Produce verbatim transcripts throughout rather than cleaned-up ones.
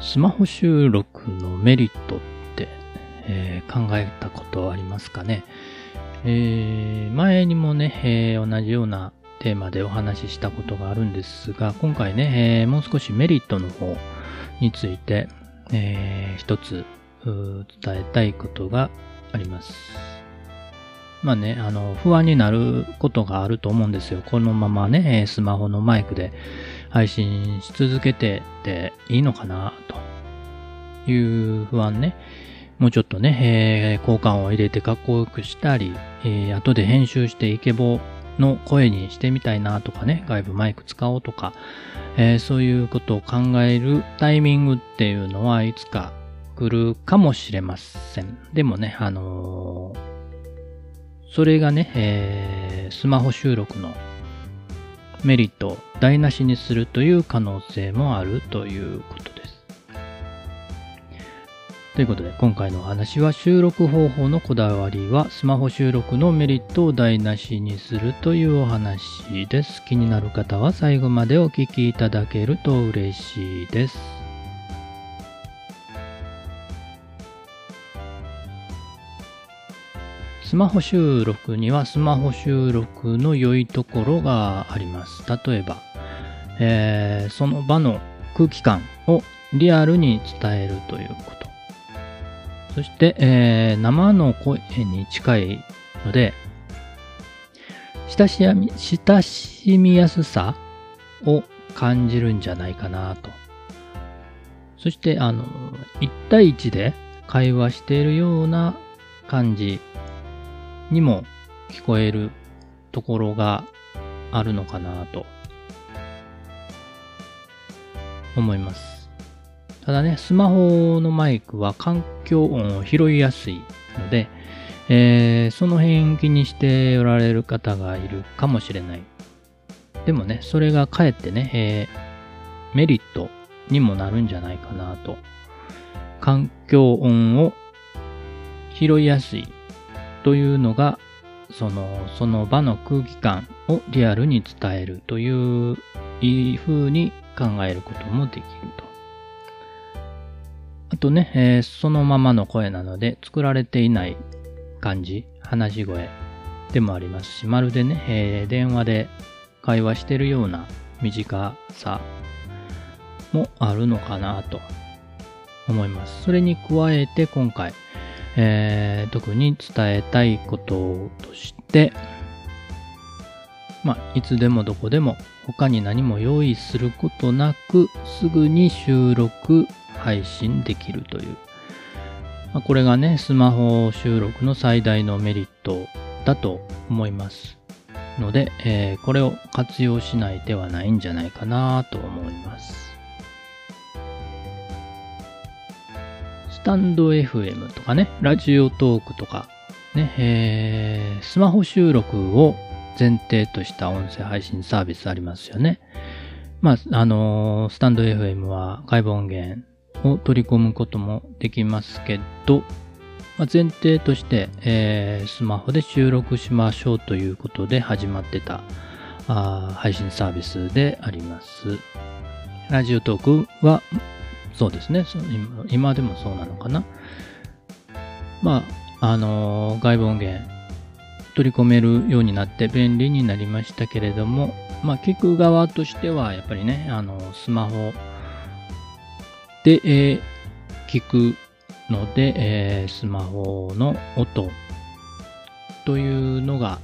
スマホ収録のメリットって、えー考えたことありますかね。えー前にもね、えー同じようなテーマでお話ししたことがあるんですが、今回ね、えーもう少しメリットの方について、えー一つうー伝えたいことがあります。まあね、あの、不安になることがあると思うんですよ。このままね、えースマホのマイクで配信し続けてていいのかな、という不安ね。もうちょっとね、えー効果音を入れてかっこよくしたり、えー後で編集してイケボの声にしてみたいなとかね、外部マイク使おうとか、えーそういうことを考えるタイミングっていうのはいつか来るかもしれません。でもね、あのーそれがね、えースマホ収録のメリットを台無しにするという可能性もあるということです。ということで、今回のお話は収録方法のこだわりはスマホ収録のメリットを台無しにするというお話です。気になる方は最後までお聞きいただけると嬉しいです。スマホ収録にはスマホ収録の良いところがあります。例えば、えーその場の空気感をリアルに伝えるということ。そして、えー生の声に近いので、親しみ、親しみやすさを感じるんじゃないかなと。そして、あの、一対一で会話しているような感じにも聞こえるところがあるのかなと思います。ただね、スマホのマイクは環境音を拾いやすいので、えーその辺気にしておられる方がいるかもしれない。でもね、それがかえってね、えーメリットにもなるんじゃないかなと。環境音を拾いやすいというのが、その、その場の空気感をリアルに伝えるという、いい風に考えることもできると。あとね、えーそのままの声なので作られていない感じ、話し声でもありますし、まるでね、えー電話で会話してるような短さもあるのかなと思います。それに加えて今回、えー特に伝えたいこととして、まあ、いつでもどこでも他に何も用意することなくすぐに収録、配信できるという。まあ、これがね、スマホ収録の最大のメリットだと思いますので、えーこれを活用しない手はないんじゃないかなと思います。スタンド エフエム とかね、ラジオトークとか、ね、えースマホ収録を前提とした音声配信サービスありますよね。まあ、あのースタンド エフエム は外部音源を取り込むこともできますけど、まあ、前提として、えースマホで収録しましょうということで始まってたあー配信サービスであります。ラジオトークは、そうですね。そ今今でもそうなのかな。まあ、あのー外部音源取り込めるようになって便利になりましたけれども、まあ、聞く側としてはやっぱりね、あの、スマホで、えー聞くので、えースマホの音というのが、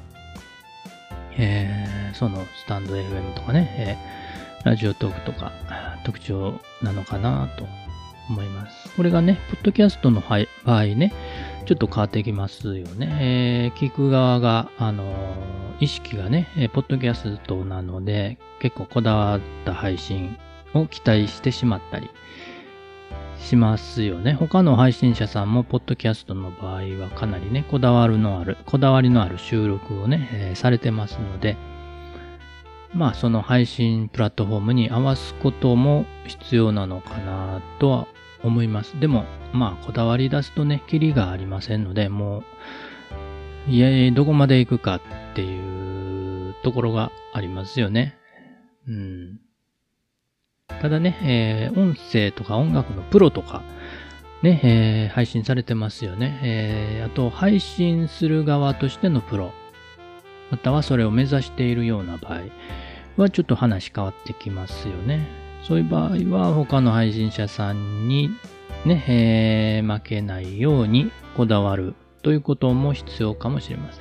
えーそのスタンド エフエム とかね、えーラジオトークとか特徴なのかなと思います。これがね、ポッドキャストの場合ね、ちょっと変わってきますよね。えー聞く側が、あのー意識がね、えーポッドキャストなので、結構こだわった配信を期待してしまったりしますよね。他の配信者さんも、ポッドキャストの場合はかなりね、こだわりのある、こだわりのある収録をね、えーされてますので、まあ、その配信プラットフォームに合わすことも必要なのかなとは思います。でも、まあ、こだわり出すとね、キリがありませんので、もう、いや、どこまで行くかっていうところがありますよね。うん。 ただね、えー、音声とか音楽のプロとか、ね、えー、配信されてますよね。えー、あと、配信する側としてのプロ、またはそれを目指しているような場合は、ちょっと話変わってきますよね。そういう場合は、他の配信者さんにね、えー、負けないようにこだわるということも必要かもしれません。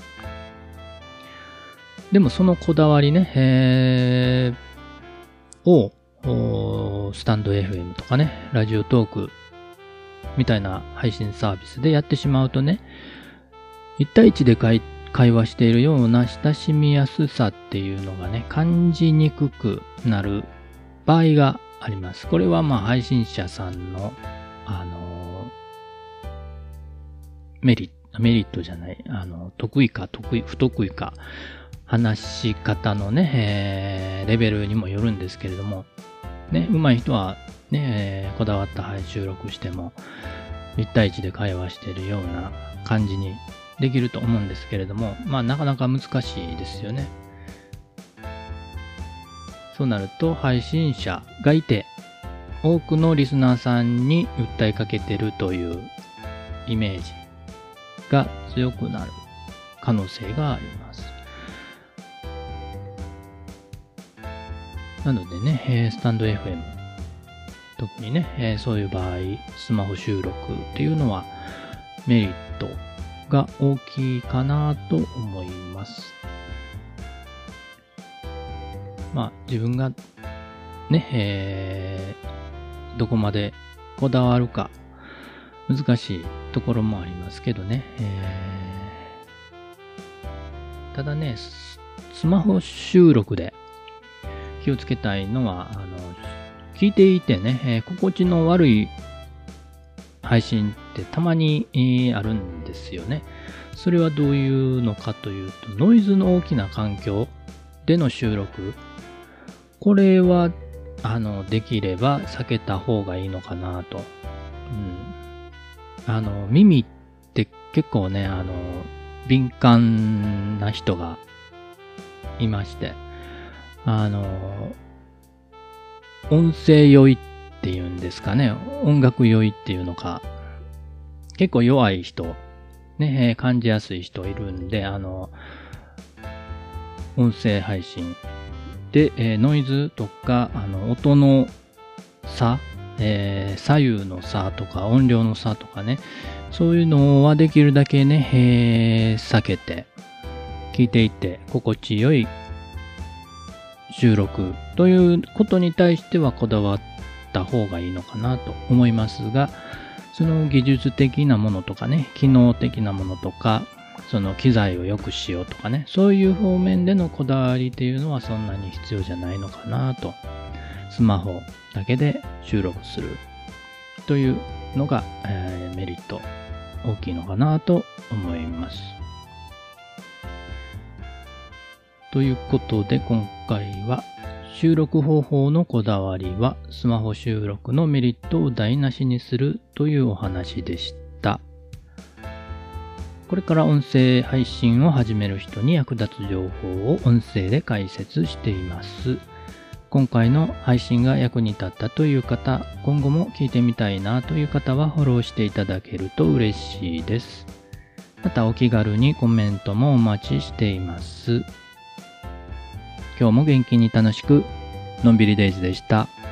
でもそのこだわりね、えー、を、スタンド エフエム とかね、ラジオトークみたいな配信サービスでやってしまうとね、いち対いちで会話しているような親しみやすさっていうのがね、感じにくくなる場合があります。これはまあ配信者さんの、あのー、メリット、メリットじゃない、あの、得意か得意、不得意か、話し方のね、えー、レベルにもよるんですけれども、ね、上手い人はね、えー、こだわった配収録しても、いち対いちで会話しているような感じにできると思うんですけれども、まあなかなか難しいですよね。そうなると配信者がいて、多くのリスナーさんに訴えかけてるというイメージが強くなる可能性があります。なのでね、えー、スタンド エフエム、特にね、えー、そういう場合、スマホ収録っていうのはメリットが大きいかなと思います。まあ自分がね、えー、どこまでこだわるか難しいところもありますけどね、えー、ただね、スマホ収録で気をつけたいのは、あの、聞いていてね、えー、心地の悪い配信ってたまに、えー、あるんですよね。それはどういうのかというと、ノイズの大きな環境での収録、これは、あの、できれば避けた方がいいのかなと。うん。あの、耳って結構ね、あの、敏感な人がいまして、あの、音声酔いっていうんですかね、音楽酔いっていうのか、結構弱い人、ね、感じやすい人いるんで、あの、音声配信で、えー、ノイズとか、あの、音の差、えー、左右の差とか、音量の差とかね、そういうのはできるだけね、えー、避けて、聞いていて心地よい収録ということに対してはこだわった方がいいのかなと思いますが、その技術的なものとかね、機能的なものとか、その機材を良くしようとかね、そういう方面でのこだわりっていうのはそんなに必要じゃないのかなと。スマホだけで収録するというのが、えー、メリット大きいのかなと思います。ということで今回は収録方法のこだわりはスマホ収録のメリットを台無しにするというお話でした。これから音声配信を始める人に役立つ情報を音声で解説しています。今回の配信が役に立ったという方、今後も聞いてみたいなという方はフォローしていただけると嬉しいです。またお気軽にコメントもお待ちしています。今日も元気に楽しくのんびりデイズでした。